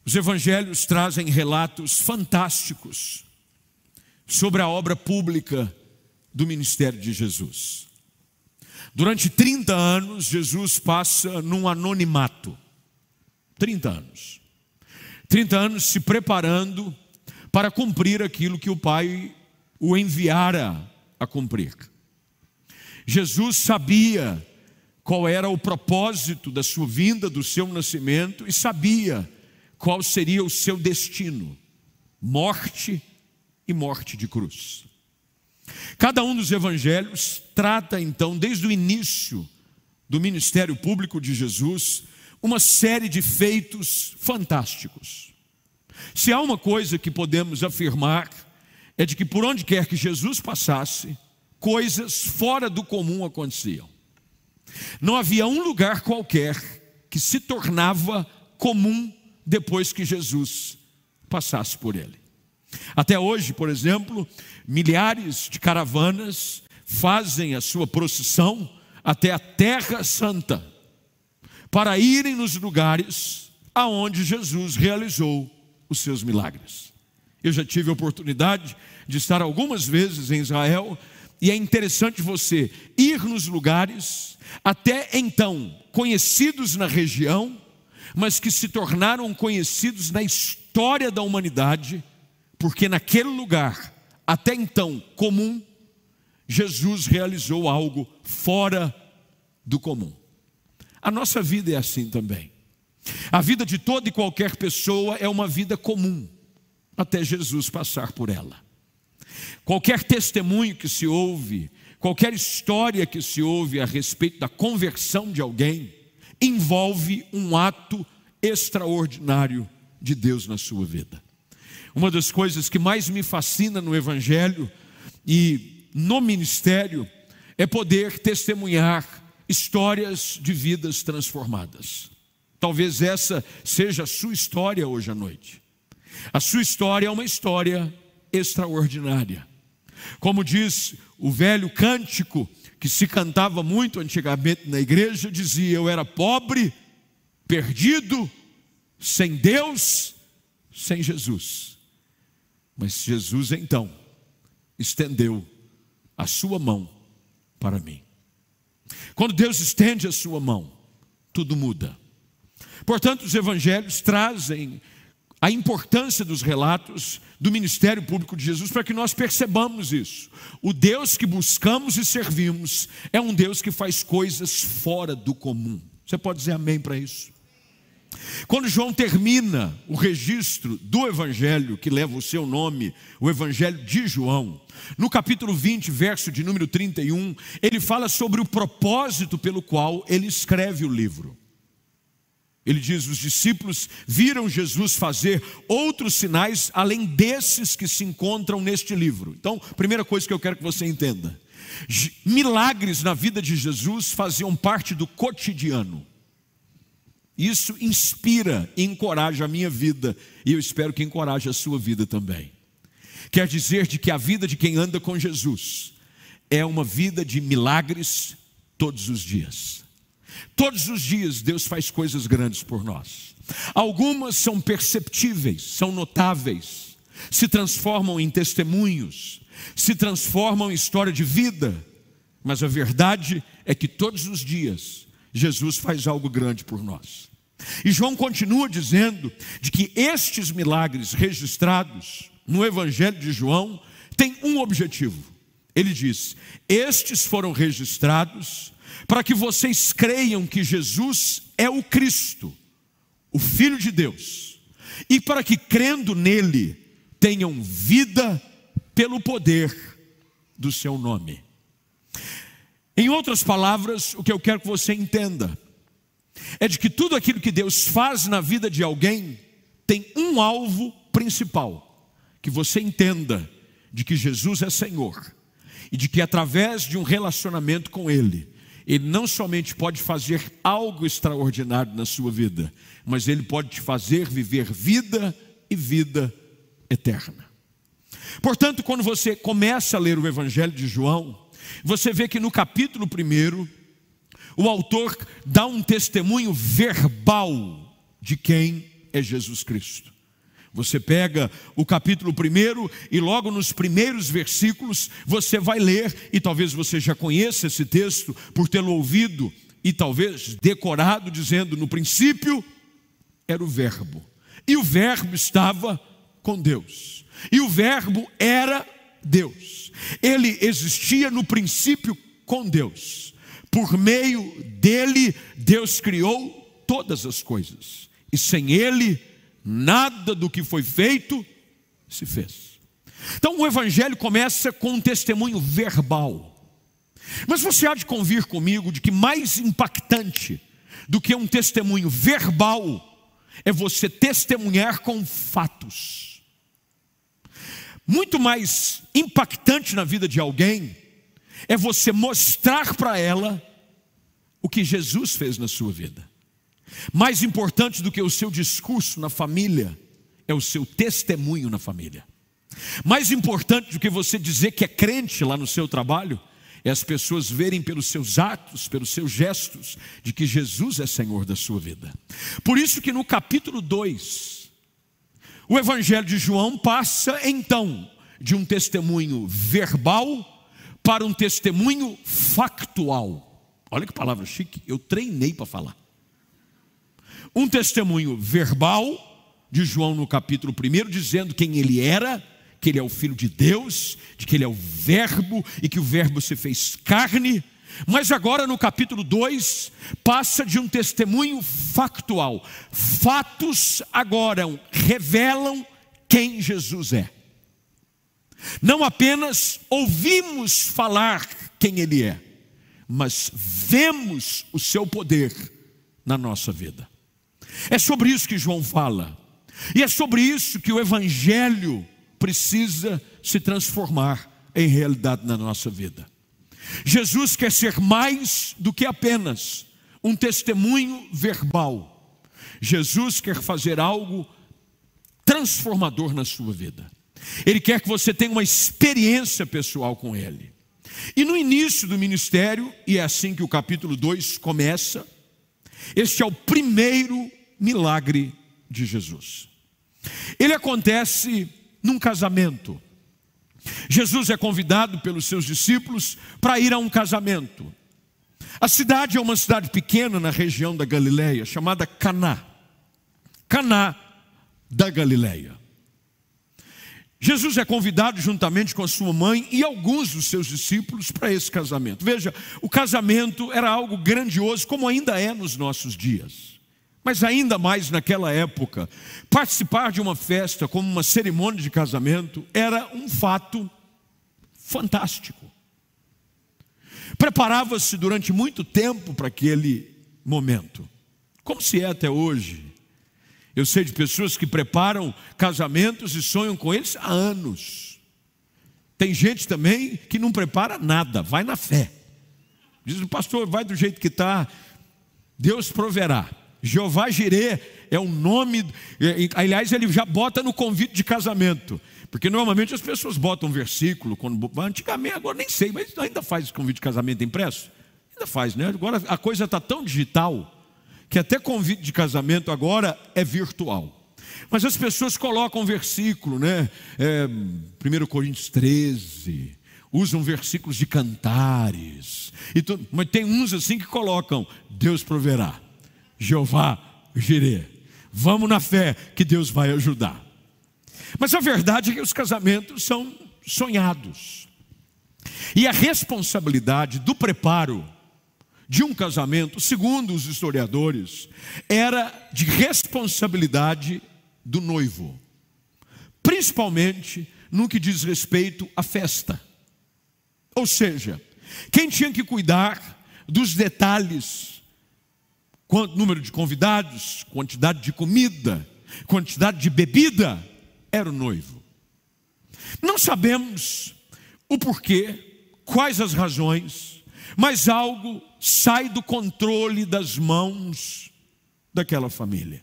Os evangelhos trazem relatos fantásticos sobre a obra pública do ministério de Jesus. Durante 30 anos, Jesus passa num anonimato. 30 anos. 30 anos se preparando para cumprir aquilo que o Pai o enviara a cumprir. Jesus sabia qual era o propósito da sua vinda, do seu nascimento, e sabia qual seria o seu destino: morte e morte de cruz. Cada um dos evangelhos trata então, desde o início do ministério público de Jesus, uma série de feitos fantásticos. Se há uma coisa que podemos afirmar, é de que por onde quer que Jesus passasse, coisas fora do comum aconteciam. Não havia um lugar qualquer que se tornava comum depois que Jesus passasse por ele. Até hoje, por exemplo, milhares de caravanas fazem a sua procissão até a Terra Santa, para irem nos lugares aonde Jesus realizou os seus milagres. Eu já tive a oportunidade de estar algumas vezes em Israel, e é interessante você ir nos lugares até então conhecidos na região, mas que se tornaram conhecidos na história da humanidade, porque naquele lugar, até então comum, Jesus realizou algo fora do comum. A nossa vida é assim também. A vida de toda e qualquer pessoa é uma vida comum, até Jesus passar por ela. Qualquer testemunho que se ouve, qualquer história que se ouve a respeito da conversão de alguém, envolve um ato extraordinário de Deus na sua vida. Uma das coisas que mais me fascina no Evangelho e no ministério é poder testemunhar histórias de vidas transformadas. Talvez essa seja a sua história hoje à noite. A sua história é uma história extraordinária. Como diz o velho cântico que se cantava muito antigamente na igreja, dizia: eu era pobre, perdido, sem Deus, sem Jesus. Mas Jesus então estendeu a sua mão para mim. Quando Deus estende a sua mão, tudo muda. Portanto, os evangelhos trazem a importância dos relatos do ministério público de Jesus para que nós percebamos isso. O Deus que buscamos e servimos é um Deus que faz coisas fora do comum. Você pode dizer amém para isso? Quando João termina o registro do evangelho que leva o seu nome, o evangelho de João, no capítulo 20, verso de número 31, ele fala sobre o propósito pelo qual ele escreve o livro. Ele diz: os discípulos viram Jesus fazer outros sinais além desses que se encontram neste livro. Então, primeira coisa que eu quero que você entenda: milagres na vida de Jesus faziam parte do cotidiano. Isso inspira e encoraja a minha vida, e eu espero que encoraje a sua vida também. Quer dizer de que a vida de quem anda com Jesus é uma vida de milagres todos os dias. Todos os dias Deus faz coisas grandes por nós. Algumas são perceptíveis, são notáveis, se transformam em testemunhos, se transformam em história de vida. Mas a verdade é que todos os dias Jesus faz algo grande por nós. E João continua dizendo de que estes milagres registrados no Evangelho de João têm um objetivo. Ele diz: estes foram registrados para que vocês creiam que Jesus é o Cristo, o Filho de Deus, e para que, crendo nele, tenham vida pelo poder do seu nome. Em outras palavras, o que eu quero que você entenda é de que tudo aquilo que Deus faz na vida de alguém tem um alvo principal: que você entenda de que Jesus é Senhor, e de que através de um relacionamento com Ele, Ele não somente pode fazer algo extraordinário na sua vida, mas Ele pode te fazer viver vida e vida eterna. Portanto, quando você começa a ler o Evangelho de João, você vê que no capítulo 1, o autor dá um testemunho verbal de quem é Jesus Cristo. Você pega o capítulo 1 e logo nos primeiros versículos você vai ler, e talvez você já conheça esse texto por tê-lo ouvido e talvez decorado, dizendo: no princípio era o Verbo, e o Verbo estava com Deus, e o Verbo era Deus. Ele existia no princípio com Deus. Por meio dele, Deus criou todas as coisas, e sem ele, nada do que foi feito se fez. Então o Evangelho começa com um testemunho verbal. Mas você há de convir comigo de que mais impactante do que um testemunho verbal é você testemunhar com fatos. Muito mais impactante na vida de alguém é você mostrar para ela o que Jesus fez na sua vida. Mais importante do que o seu discurso na família é o seu testemunho na família. Mais importante do que você dizer que é crente lá no seu trabalho é as pessoas verem pelos seus atos, pelos seus gestos, de que Jesus é Senhor da sua vida. Por isso que no capítulo 2, o Evangelho de João passa então de um testemunho verbal para um testemunho factual. Olha que palavra chique, eu treinei para falar. Um testemunho verbal de João no capítulo 1, dizendo quem ele era, que ele é o Filho de Deus, de que ele é o Verbo e que o Verbo se fez carne. Mas agora no capítulo 2 passa de um testemunho factual. Fatos agora revelam quem Jesus é. Não apenas ouvimos falar quem ele é, mas vemos o seu poder na nossa vida. É sobre isso que João fala. E é sobre isso que o Evangelho precisa se transformar em realidade na nossa vida. Jesus quer ser mais do que apenas um testemunho verbal. Jesus quer fazer algo transformador na sua vida. Ele quer que você tenha uma experiência pessoal com Ele. E no início do ministério, e é assim que o capítulo 2 começa, este é o primeiro milagre de Jesus. Ele acontece num casamento. Jesus é convidado pelos seus discípulos para ir a um casamento. A cidade é uma cidade pequena na região da Galileia, chamada Caná. Caná da Galileia. Jesus é convidado juntamente com a sua mãe e alguns dos seus discípulos para esse casamento. Veja, o casamento era algo grandioso, como ainda é nos nossos dias. Mas ainda mais naquela época, participar de uma festa como uma cerimônia de casamento era um fato fantástico. Preparava-se durante muito tempo para aquele momento, como se é até hoje. Eu sei de pessoas que preparam casamentos e sonham com eles há anos. Tem gente também que não prepara nada, vai na fé. Diz o pastor, vai do jeito que está, Deus proverá. Jeová Jirê é o nome, aliás, ele já bota no convite de casamento, porque normalmente as pessoas botam um versículo, antigamente, agora nem sei, mas ainda faz convite de casamento impresso? Ainda faz, né? Agora a coisa está tão digital, que até convite de casamento agora é virtual. Mas as pessoas colocam um versículo, né? 1 Coríntios 13, usam versículos de cantares, mas tem uns assim que colocam, Deus proverá. Jeová Jirê, vamos na fé que Deus vai ajudar. Mas a verdade é que os casamentos são sonhados. E a responsabilidade do preparo de um casamento, segundo os historiadores, era de responsabilidade do noivo, principalmente no que diz respeito à festa. Ou seja, quem tinha que cuidar dos detalhes, quanto número de convidados, quantidade de comida, quantidade de bebida, era o noivo. Não sabemos o porquê, quais as razões, mas algo sai do controle das mãos daquela família.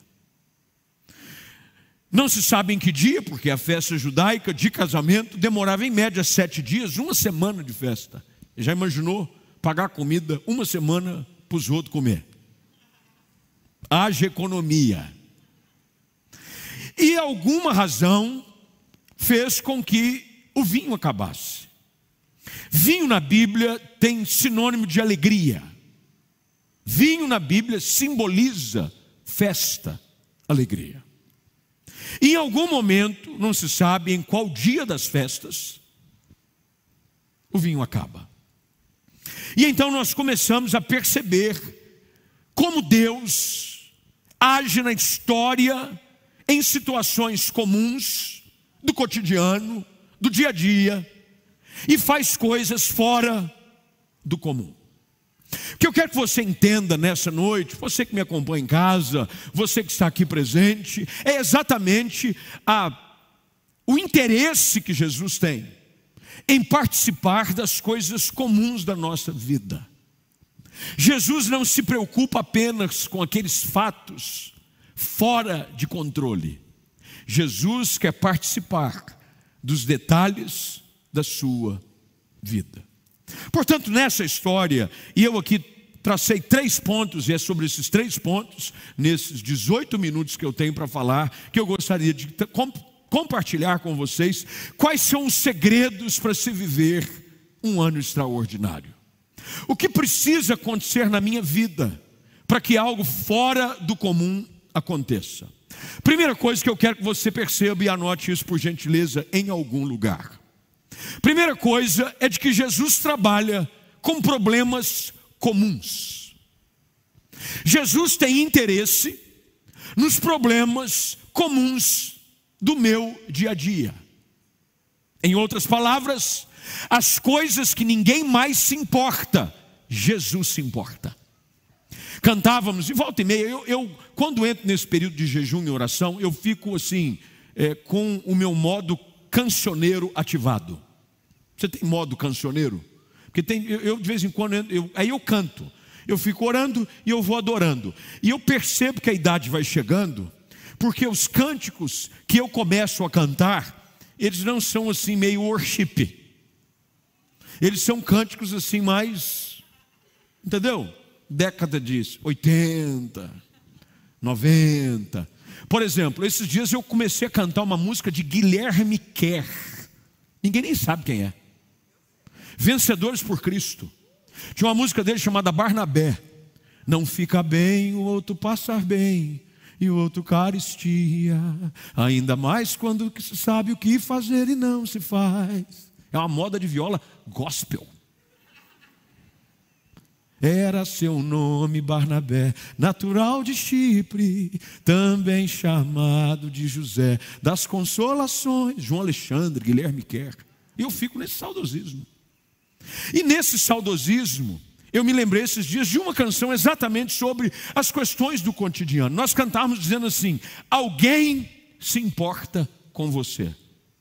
Não se sabe em que dia, porque a festa judaica de casamento demorava em média 7 dias, uma semana de festa. Já imaginou pagar comida uma semana para os outros comer? Haja economia. E alguma razão fez com que o vinho acabasse. Vinho na Bíblia tem sinônimo de alegria. Vinho na Bíblia simboliza festa, alegria. E em algum momento, não se sabe em qual dia das festas, o vinho acaba. E então nós começamos a perceber como Deus age na história em situações comuns, do cotidiano, do dia a dia, e faz coisas fora do comum. O que eu quero que você entenda nessa noite, você que me acompanha em casa, você que está aqui presente, é exatamente o interesse que Jesus tem em participar das coisas comuns da nossa vida. Jesus não se preocupa apenas com aqueles fatos fora de controle. Jesus quer participar dos detalhes da sua vida. Portanto, nessa história, e eu aqui tracei 3 pontos, e é sobre esses 3 pontos, nesses 18 minutos que eu tenho para falar, que eu gostaria de compartilhar com vocês quais são os segredos para se viver um ano extraordinário. O que precisa acontecer na minha vida para que algo fora do comum aconteça? Primeira coisa que eu quero que você perceba, e anote isso por gentileza em algum lugar. Primeira coisa é de que Jesus trabalha com problemas comuns. Jesus tem interesse nos problemas comuns do meu dia a dia. Em outras palavras, as coisas que ninguém mais se importa, Jesus se importa. Cantávamos, e volta e meia, eu quando entro nesse período de jejum e oração, eu fico assim, com o meu modo cancioneiro ativado. Você tem modo cancioneiro? Porque eu de vez em quando, aí eu canto, eu fico orando e eu vou adorando. E eu percebo que a idade vai chegando, porque os cânticos que eu começo a cantar, eles não são assim meio worship. Eles são cânticos assim mais, entendeu? Década de 80, 90. Por exemplo, esses dias eu comecei a cantar uma música de Guilherme Kerr. Ninguém nem sabe quem é. Vencedores por Cristo. Tinha uma música dele chamada Barnabé. Não fica bem o outro passar bem, e o outro caristia, ainda mais quando se sabe o que fazer e não se faz. É uma moda de viola gospel. Era seu nome Barnabé, natural de Chipre, também chamado de José das Consolações. João Alexandre, Guilherme Kerr. E eu fico nesse saudosismo. E nesse saudosismo, eu me lembrei esses dias de uma canção exatamente sobre as questões do cotidiano. Nós cantávamos dizendo assim: alguém se importa com você.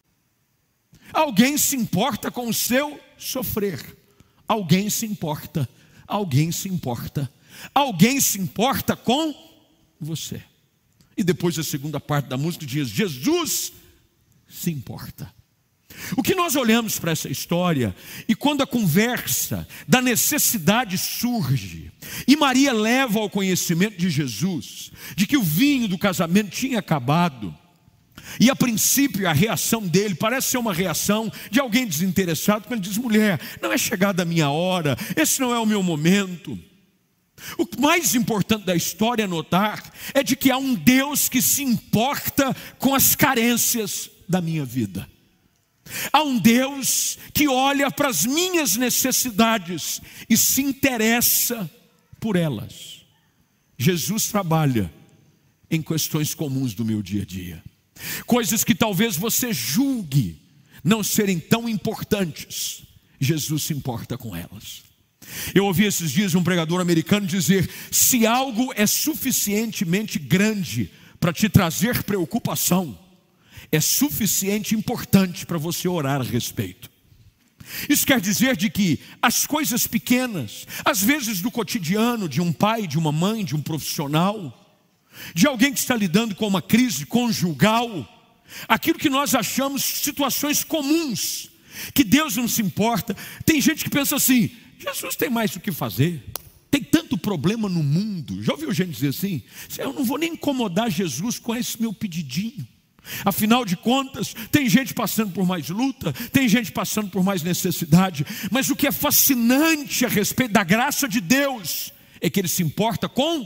Alguém se importa com o seu sofrer. Alguém se importa. Alguém se importa. Alguém se importa com você. E depois a segunda parte da música diz: Jesus se importa. O que nós olhamos para essa história, e quando a conversa da necessidade surge, e Maria leva ao conhecimento de Jesus, de que o vinho do casamento tinha acabado, e a princípio a reação dele parece ser uma reação de alguém desinteressado, quando ele diz: mulher, não é chegada a minha hora, esse não é o meu momento. O mais importante da história a notar é de que há um Deus que se importa com as carências da minha vida. Há um Deus que olha para as minhas necessidades e se interessa por elas. Jesus trabalha em questões comuns do meu dia a dia. Coisas que talvez você julgue não serem tão importantes, Jesus se importa com elas. Eu ouvi esses dias um pregador americano dizer: se algo é suficientemente grande para te trazer preocupação, é suficiente importante para você orar a respeito. Isso quer dizer de que as coisas pequenas, às vezes do cotidiano, de um pai, de uma mãe, de um profissional, de alguém que está lidando com uma crise conjugal, aquilo que nós achamos situações comuns, que Deus não se importa. Tem gente que pensa assim: Jesus tem mais o que fazer, tem tanto problema no mundo. Já ouviu gente dizer assim? Eu não vou nem incomodar Jesus com esse meu pedidinho. Afinal de contas, tem gente passando por mais luta, tem gente passando por mais necessidade, mas o que é fascinante a respeito da graça de Deus é que Ele se importa com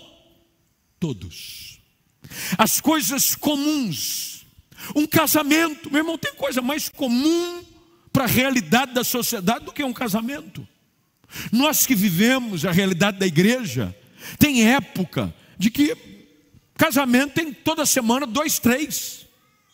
todos. As coisas comuns, um casamento, meu irmão, tem coisa mais comum para a realidade da sociedade do que um casamento. Nós que vivemos a realidade da igreja, tem época de que casamento tem toda semana 2, 3.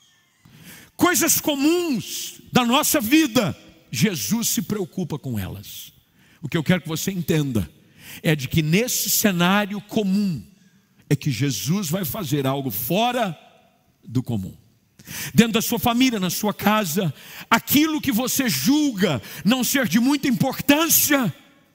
Coisas comuns da nossa vida, Jesus se preocupa com elas. O que eu quero que você entenda é de que nesse cenário comum é que Jesus vai fazer algo fora do comum. Dentro da sua família, na sua casa, aquilo que você julga não ser de muita importância,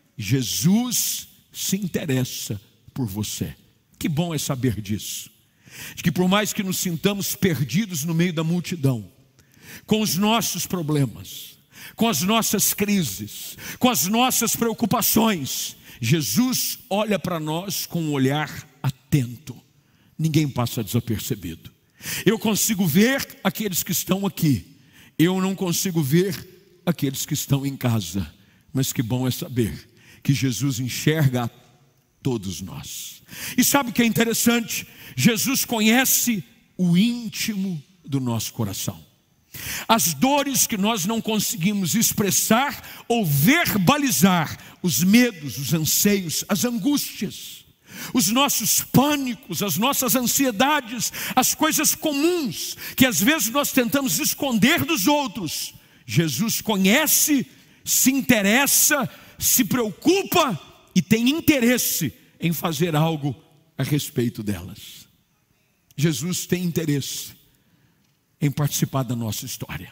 Jesus se interessa por você. Que bom é saber disso. De que por mais que nos sintamos perdidos no meio da multidão, com os nossos problemas, com as nossas crises, com as nossas preocupações, Jesus olha para nós com um olhar atento. Ninguém passa desapercebido. Eu consigo ver aqueles que estão aqui, eu não consigo ver aqueles que estão em casa, mas que bom é saber que Jesus enxerga a todos nós. E sabe o que é interessante? Jesus conhece o íntimo do nosso coração. As dores que nós não conseguimos expressar ou verbalizar, os medos, os anseios, as angústias, os nossos pânicos, as nossas ansiedades, as coisas comuns que às vezes nós tentamos esconder dos outros, Jesus conhece, se interessa, se preocupa e tem interesse em fazer algo a respeito delas. Jesus tem interesse em participar da nossa história.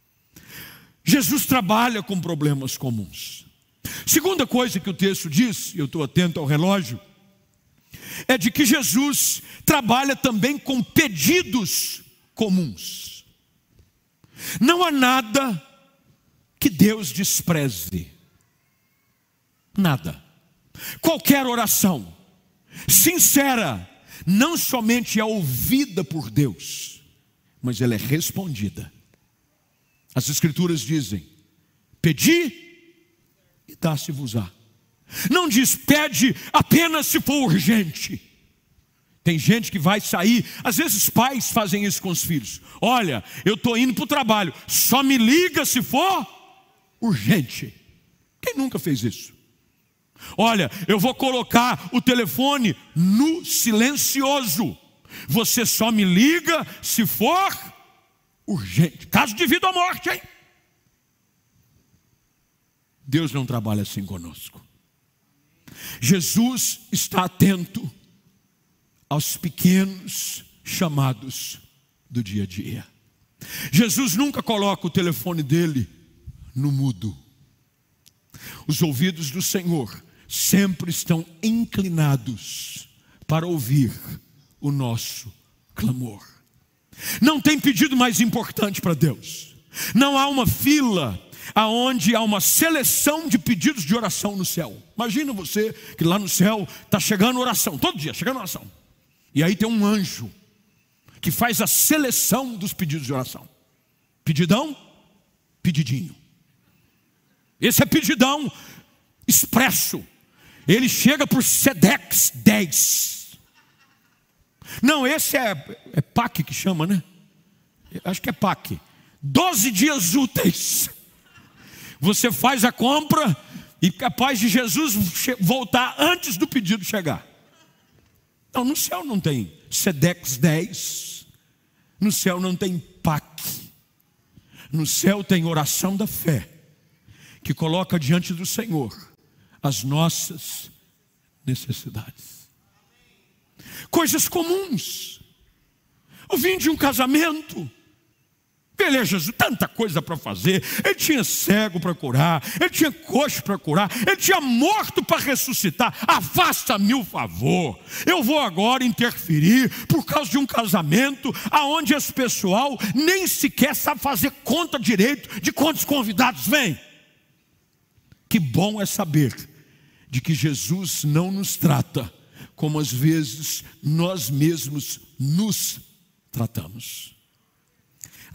Jesus trabalha com problemas comuns. Segunda coisa que o texto diz, e eu estou atento ao relógio, é de que Jesus trabalha também com pedidos comuns. Não há nada que Deus despreze. Nada. Qualquer oração sincera não somente é ouvida por Deus, mas ela é respondida. As Escrituras dizem: pedi e dá-se-vos-á. Não diz pede apenas se for urgente. Tem gente que vai sair, às vezes pais fazem isso com os filhos. Olha, eu estou indo para o trabalho, só me liga se for urgente. Quem nunca fez isso? Olha, eu vou colocar o telefone no silencioso. Você só me liga se for urgente. Caso de vida ou morte, hein? Deus não trabalha assim conosco. Jesus está atento aos pequenos chamados do dia a dia. Jesus nunca coloca o telefone dele no mudo. Os ouvidos do Senhor sempre estão inclinados para ouvir o nosso clamor. Não tem pedido mais importante para Deus. Não há uma fila aonde há uma seleção de pedidos de oração no céu. Imagina você que lá no céu está chegando oração, todo dia chegando oração. E aí tem um anjo que faz a seleção dos pedidos de oração. Pedidão, pedidinho. Esse é pedidão expresso. Ele chega por Sedex 10. Não, esse é PAC que chama, né? Acho que é PAC. 12 dias úteis. Você faz a compra e capaz de Jesus voltar antes do pedido chegar. Não, no céu não tem Sedex 10. No céu não tem PAC. No céu tem oração da fé, que coloca diante do Senhor as nossas necessidades. Coisas comuns. O fim de um casamento. Beleza, tanta coisa para fazer. Ele tinha cego para curar, ele tinha coxo para curar, ele tinha morto para ressuscitar. Afasta-me o favor. Eu vou agora interferir por causa de um casamento aonde esse pessoal nem sequer sabe fazer conta direito de quantos convidados vêm. Que bom é saber de que Jesus não nos trata como às vezes nós mesmos nos tratamos.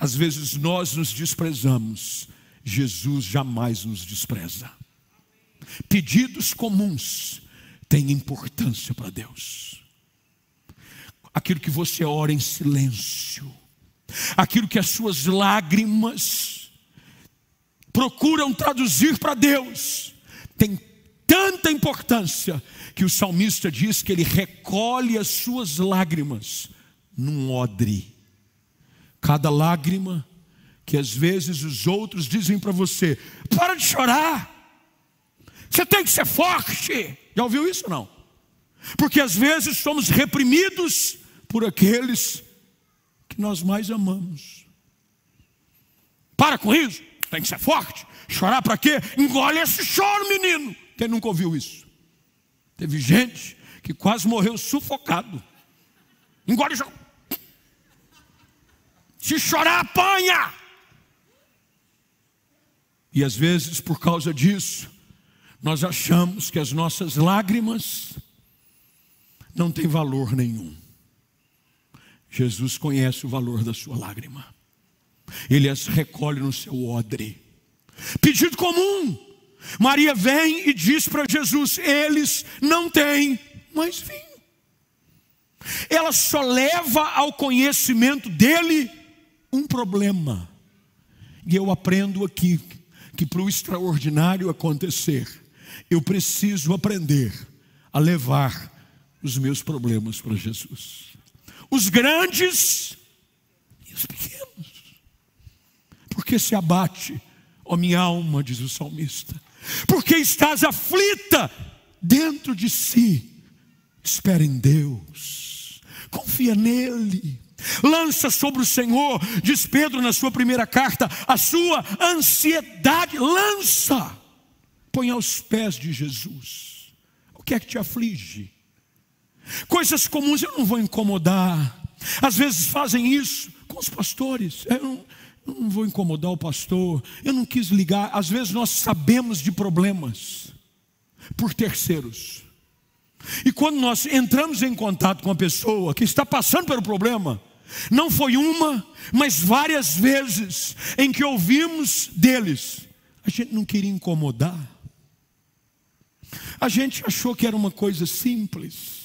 Às vezes nós nos desprezamos, Jesus jamais nos despreza. Pedidos comuns têm importância para Deus. Aquilo que você ora em silêncio, aquilo que as suas lágrimas procuram traduzir para Deus, tem tanta importância que o salmista diz que ele recolhe as suas lágrimas num odre. Cada lágrima que às vezes os outros dizem para você: para de chorar, você tem que ser forte. Já ouviu isso ou não? Porque às vezes somos reprimidos por aqueles que nós mais amamos. Para com isso, tem que ser forte. Chorar para quê? Engole esse choro, menino. Quem nunca ouviu isso? Teve gente que quase morreu sufocado. Engole o choro. Se chorar, apanha. E às vezes, por causa disso, nós achamos que as nossas lágrimas não têm valor nenhum. Jesus conhece o valor da sua lágrima. Ele as recolhe no seu odre. Pedido comum. Maria vem e diz para Jesus: eles não têm mais vinho. Ela só leva ao conhecimento dele um problema. E eu aprendo aqui que para o extraordinário acontecer, eu preciso aprender a levar os meus problemas para Jesus. Os grandes e os pequenos. Porque se abate, ó minha alma, diz o salmista, porque estás aflita dentro de si. Espera em Deus, confia nele, lança sobre o Senhor, diz Pedro na sua primeira carta, a sua ansiedade, lança, põe aos pés de Jesus. O que é que te aflige? Coisas comuns eu não vou incomodar. Às vezes fazem isso com os pastores. Eu não vou incomodar o pastor, eu não quis ligar. Às vezes nós sabemos de problemas por terceiros. E quando nós entramos em contato com a pessoa que está passando pelo problema, não foi uma, mas várias vezes em que ouvimos deles, a gente não queria incomodar. A gente achou que era uma coisa simples.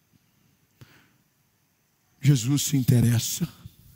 Jesus se interessa.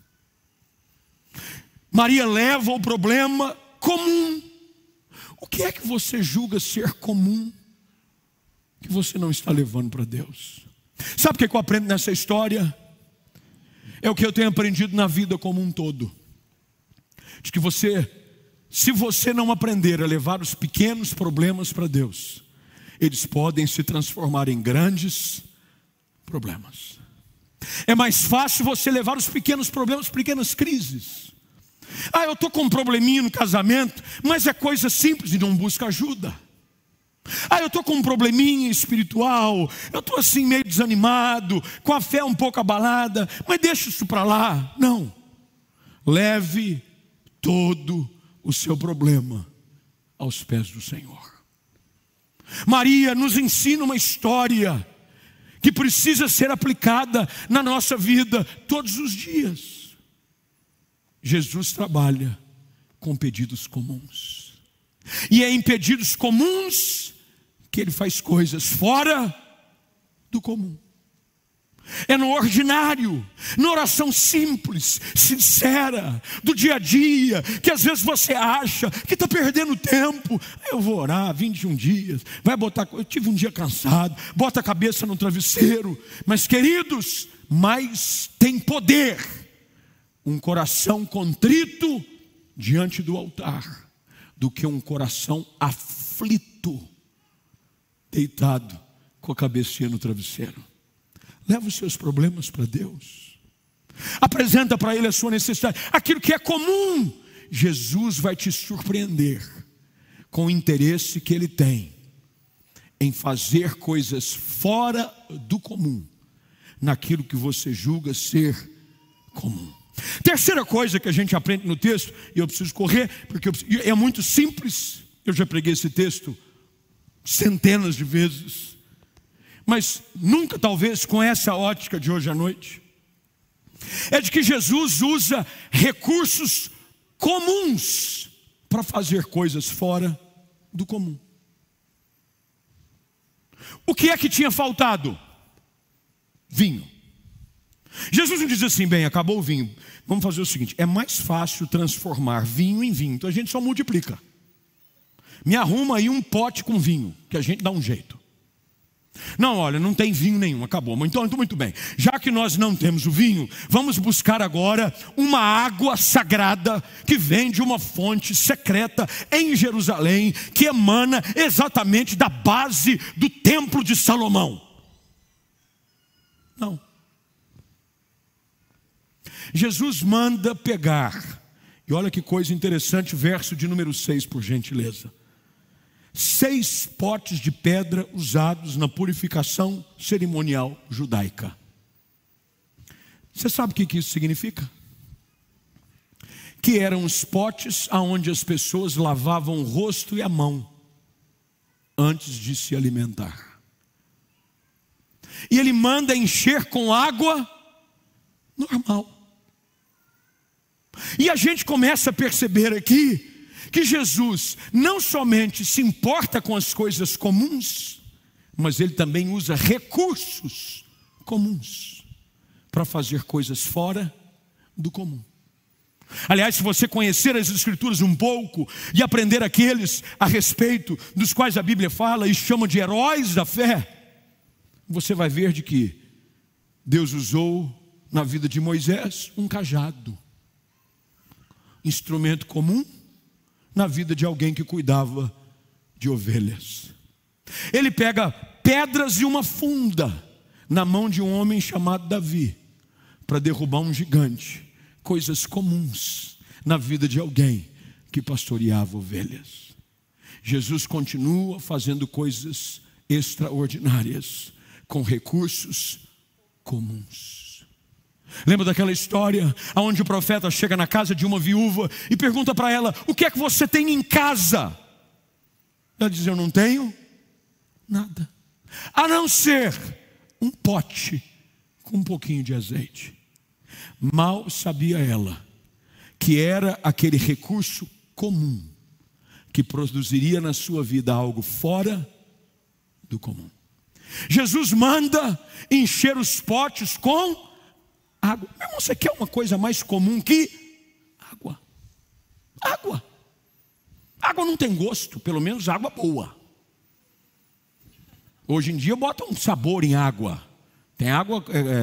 Maria leva o problema comum. O que é que você julga ser comum que você não está levando para Deus? Sabe o que eu aprendo nessa história? É o que eu tenho aprendido na vida como um todo. De que se você não aprender a levar os pequenos problemas para Deus, eles podem se transformar em grandes problemas. É mais fácil você levar os pequenos problemas, pequenas crises. Eu estou com um probleminha no casamento, mas é coisa simples e não busca ajuda. Eu estou com um probleminha espiritual, eu estou assim meio desanimado, com a fé um pouco abalada, mas deixa isso para lá. Não, leve todo o seu problema aos pés do Senhor. Maria nos ensina uma história que precisa ser aplicada na nossa vida todos os dias. Jesus trabalha com pedidos comuns. E é em pedidos comuns que ele faz coisas fora do comum. É no ordinário, na oração simples, sincera, do dia a dia, que às vezes você acha que está perdendo tempo. Eu vou orar 21 dias, eu tive um dia cansado, bota a cabeça no travesseiro. Mas queridos, mais tem poder um coração contrito diante do altar do que um coração aflito, deitado com a cabecinha no travesseiro. Leva os seus problemas para Deus. Apresenta para Ele a sua necessidade. Aquilo que é comum, Jesus vai te surpreender com o interesse que Ele tem em fazer coisas fora do comum, naquilo que você julga ser comum. Terceira coisa que a gente aprende no texto, e eu preciso correr, porque é muito simples. Eu já preguei esse texto centenas de vezes, mas nunca talvez com essa ótica de hoje à noite. é de que Jesus usa recursos comuns para fazer coisas fora do comum. O que é que tinha faltado? Vinho. Jesus não diz assim: bem, acabou o vinho, vamos fazer o seguinte, é mais fácil transformar vinho em vinho, então a gente só multiplica. Me arruma aí um pote com vinho, que a gente dá um jeito. Não, olha, não tem vinho nenhum, acabou. Então muito bem, já que nós não temos o vinho, vamos buscar agora uma água sagrada que vem de uma fonte secreta em Jerusalém, que emana exatamente da base do templo de Salomão. Não. Jesus manda pegar, e olha que coisa interessante, verso de número 6, por gentileza. 6 potes de pedra usados na purificação cerimonial judaica. Você sabe o que isso significa? Que eram os potes aonde as pessoas lavavam o rosto e a mão antes de se alimentar. E ele manda encher com água normal. E a gente começa a perceber aqui que Jesus não somente se importa com as coisas comuns, mas ele também usa recursos comuns para fazer coisas fora do comum. Aliás, se você conhecer as Escrituras um pouco e aprender aqueles a respeito dos quais a Bíblia fala e chama de heróis da fé, você vai ver de que Deus usou na vida de Moisés um cajado, instrumento comum na vida de alguém que cuidava de ovelhas. Ele pega pedras e uma funda na mão de um homem chamado Davi para derrubar um gigante. Coisas comuns na vida de alguém que pastoreava ovelhas. Jesus continua fazendo coisas extraordinárias com recursos comuns. Lembra daquela história onde o profeta chega na casa de uma viúva e pergunta para ela: o que é que você tem em casa? Ela diz: eu não tenho nada, a não ser um pote com um pouquinho de azeite. Mal sabia ela que era aquele recurso comum que produziria na sua vida algo fora do comum. Jesus manda encher os potes com água. Meu irmão, você quer uma coisa mais comum que água? Água. Água não tem gosto, pelo menos água boa. Hoje em dia botam um sabor em água. Tem água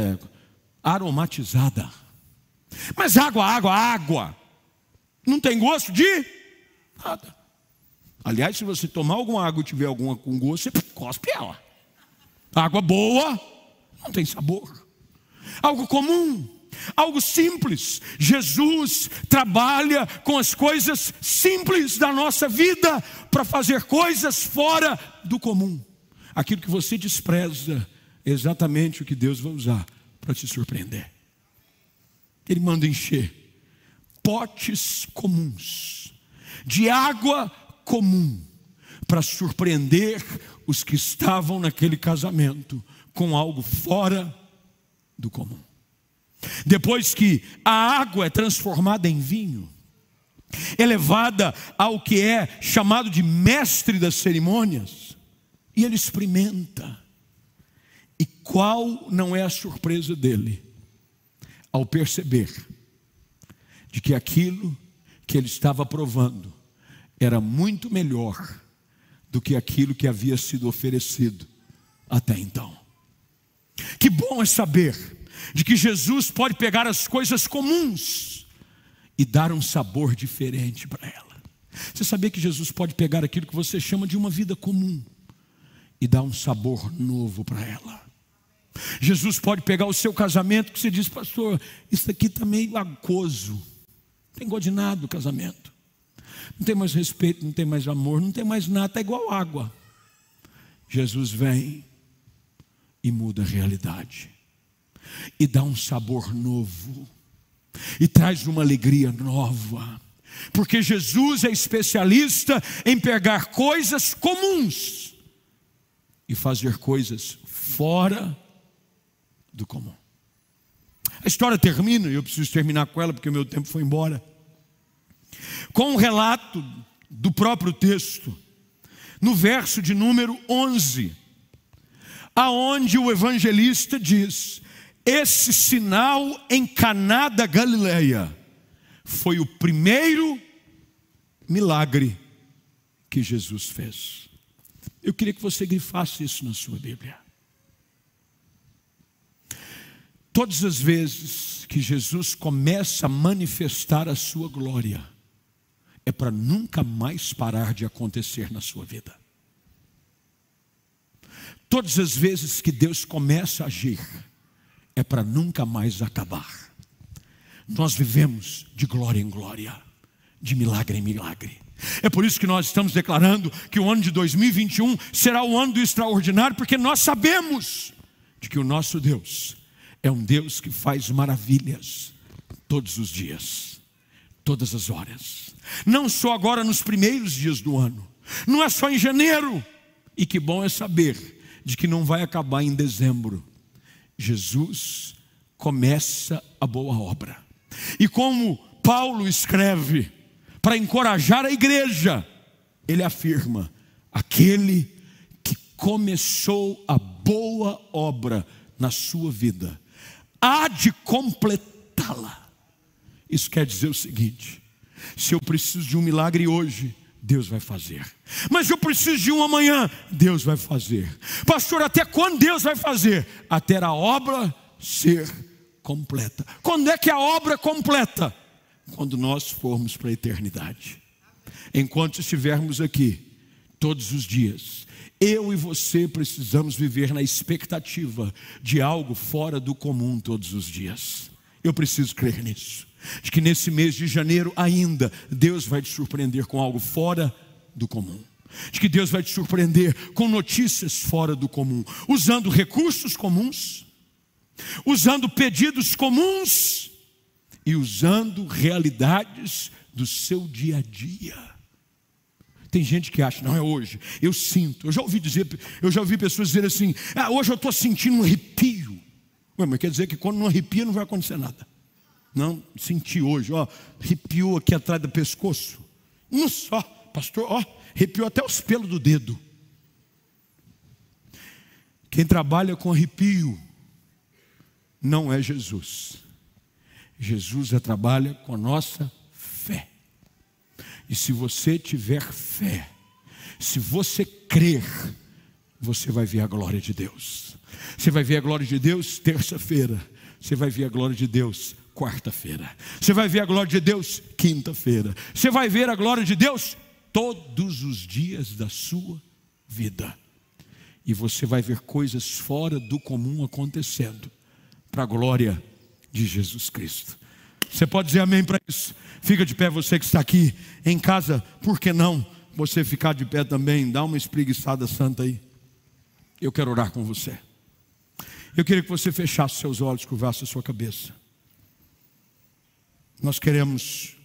aromatizada. Mas água não tem gosto de nada. Aliás, se você tomar alguma água e tiver alguma com gosto, você cospe ela. Água boa não tem sabor. Algo comum, algo simples. Jesus trabalha com as coisas simples da nossa vida para fazer coisas fora do comum. Aquilo que você despreza é exatamente o que Deus vai usar para te surpreender. Ele manda encher potes comuns de água comum para surpreender os que estavam naquele casamento com algo fora do comum. Depois que a água é transformada em vinho, é levada ao que é chamado de mestre das cerimônias, e ele experimenta. E qual não é a surpresa dele ao perceber de que aquilo que ele estava provando era muito melhor do que aquilo que havia sido oferecido até então. Que bom é saber de que Jesus pode pegar as coisas comuns e dar um sabor diferente para ela. Você sabia que Jesus pode pegar aquilo que você chama de uma vida comum e dar um sabor novo para ela? Jesus pode pegar o seu casamento que você diz: pastor, isso aqui está meio aquoso, não tem gosto de nada do casamento, não tem mais respeito, não tem mais amor, não tem mais nada, está igual água. Jesus vem e muda a realidade, e dá um sabor novo, e traz uma alegria nova, porque Jesus é especialista em pegar coisas comuns e fazer coisas fora do comum. A história termina, e eu preciso terminar com ela porque o meu tempo foi embora, com um relato do próprio texto, no verso de número 11, aonde o evangelista diz: esse sinal em Caná da Galileia foi o primeiro milagre que Jesus fez. Eu queria que você grifasse isso na sua Bíblia. Todas as vezes que Jesus começa a manifestar a sua glória, é para nunca mais parar de acontecer na sua vida. Todas as vezes que Deus começa a agir, é para nunca mais acabar. Nós vivemos de glória em glória, de milagre em milagre. É por isso que nós estamos declarando que o ano de 2021 será o ano do extraordinário, porque nós sabemos de que o nosso Deus é um Deus que faz maravilhas todos os dias, todas as horas. Não só agora nos primeiros dias do ano, não é só em janeiro. E que bom é saber de que não vai acabar em dezembro. Jesus começa a boa obra. E como Paulo escreve para encorajar a igreja, ele afirma: aquele que começou a boa obra na sua vida há de completá-la. Isso quer dizer o seguinte: se eu preciso de um milagre hoje, Deus vai fazer. Mas eu preciso de um amanhã, Deus vai fazer. Pastor, até quando Deus vai fazer? Até a obra ser completa. Quando é que a obra é completa? Quando nós formos para a eternidade. Enquanto estivermos aqui, todos os dias, eu e você precisamos viver na expectativa de algo fora do comum todos os dias. Eu preciso crer nisso, de que nesse mês de janeiro ainda, Deus vai te surpreender com algo fora do comum. De que Deus vai te surpreender com notícias fora do comum, usando recursos comuns, usando pedidos comuns e usando realidades do seu dia a dia. Tem gente que acha: não é hoje, eu sinto. Eu já ouvi pessoas dizerem assim: hoje eu estou sentindo um arrepio. Ué, mas quer dizer que quando não arrepia não vai acontecer nada. Não, senti hoje, arrepiou aqui atrás do pescoço. Não só, pastor, arrepiou até os pelos do dedo. Quem trabalha com arrepio não é Jesus. Jesus trabalha com a nossa fé. E se você tiver fé, se você crer, você vai ver a glória de Deus. Você vai ver a glória de Deus terça-feira. Você vai ver a glória de Deus quarta-feira. Você vai ver a glória de Deus quinta-feira. Você vai ver a glória de Deus todos os dias da sua vida. E você vai ver coisas fora do comum acontecendo para a glória de Jesus Cristo. Você pode dizer amém para isso? Fica de pé, você que está aqui em casa. Por que não você ficar de pé também? Dá uma espreguiçada santa aí. Eu quero orar com você. Eu queria que você fechasse seus olhos, curvasse a sua cabeça. Nós queremos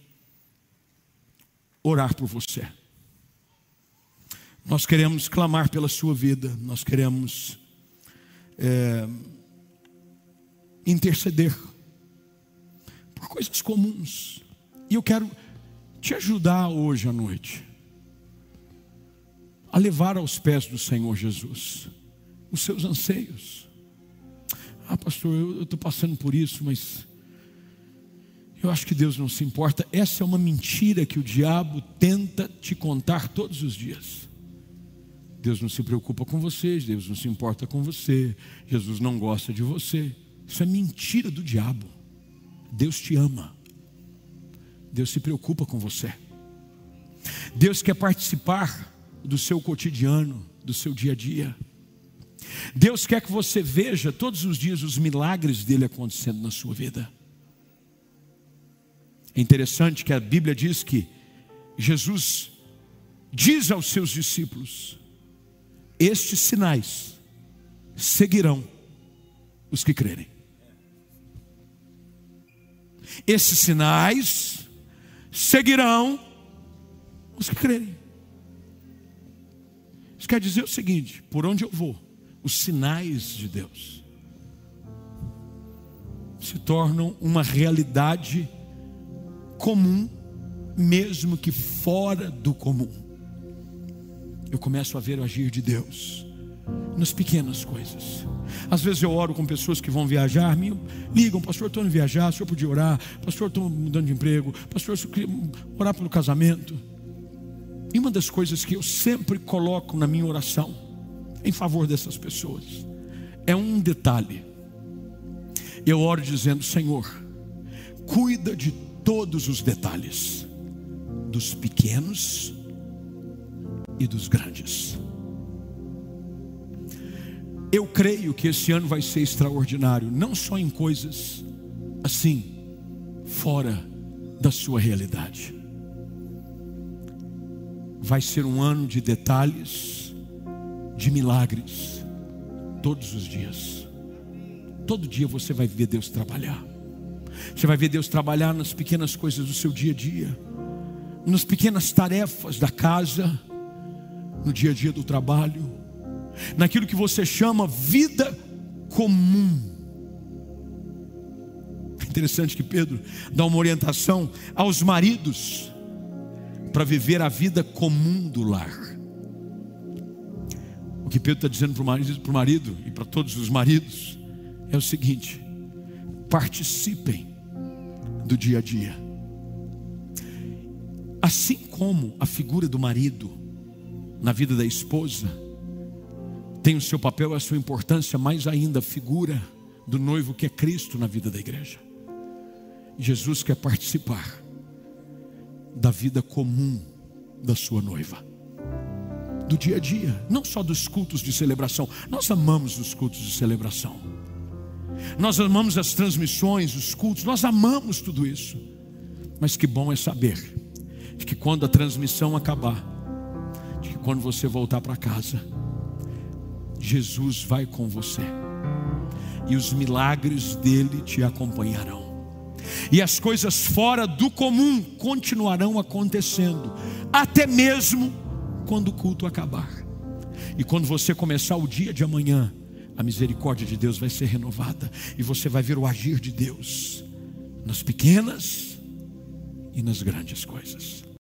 orar por você. Nós queremos clamar pela sua vida. Nós queremos interceder por coisas comuns. E eu quero te ajudar hoje à noite a levar aos pés do Senhor Jesus os seus anseios. Pastor, eu estou passando por isso, mas eu acho que Deus não se importa. Essa é uma mentira que o diabo tenta te contar todos os dias. Deus não se preocupa com você, Deus não se importa com você, Jesus não gosta de você. Isso é mentira do diabo. Deus te ama. Deus se preocupa com você. Deus quer participar do seu cotidiano, do seu dia a dia. Deus quer que você veja todos os dias os milagres dele acontecendo na sua vida. É interessante que a Bíblia diz que Jesus diz aos seus discípulos: estes sinais seguirão os que crerem. Esses sinais seguirão os que crerem. Isso quer dizer o seguinte: por onde eu vou, os sinais de Deus se tornam uma realidade comum, mesmo que fora do comum. Eu começo a ver o agir de Deus nas pequenas coisas. Às vezes eu oro com pessoas que vão viajar, me ligam: pastor, estou indo viajar, o senhor podia orar? Pastor, estou mudando de emprego. Pastor, eu queria orar pelo casamento. E uma das coisas que eu sempre coloco na minha oração em favor dessas pessoas é um detalhe. Eu oro dizendo: Senhor, cuida de todos os detalhes, dos pequenos e dos grandes. Eu creio que esse ano vai ser extraordinário, não só em coisas assim, fora da sua realidade. Vai ser um ano de detalhes, de milagres, todos os dias. Todo dia você vai ver Deus trabalhar. Você vai ver Deus trabalhar nas pequenas coisas do seu dia a dia, nas pequenas tarefas da casa, no dia a dia do trabalho, naquilo que você chama vida comum. É interessante que Pedro dá uma orientação aos maridos para viver a vida comum do lar. O que Pedro está dizendo para o marido e para todos os maridos é o seguinte: participem do dia a dia. Assim como a figura do marido na vida da esposa tem o seu papel e a sua importância, mais ainda a figura do noivo, que é Cristo, na vida da igreja. Jesus quer participar da vida comum da sua noiva, do dia a dia, não só dos cultos de celebração. Nós amamos os cultos de celebração, nós amamos as transmissões, os cultos, nós amamos tudo isso. Mas que bom é saber de que quando a transmissão acabar, de que quando você voltar para casa, Jesus vai com você e os milagres dele te acompanharão. E as coisas fora do comum continuarão acontecendo, até mesmo quando o culto acabar. E quando você começar o dia de amanhã, a misericórdia de Deus vai ser renovada, e você vai ver o agir de Deus nas pequenas e nas grandes coisas.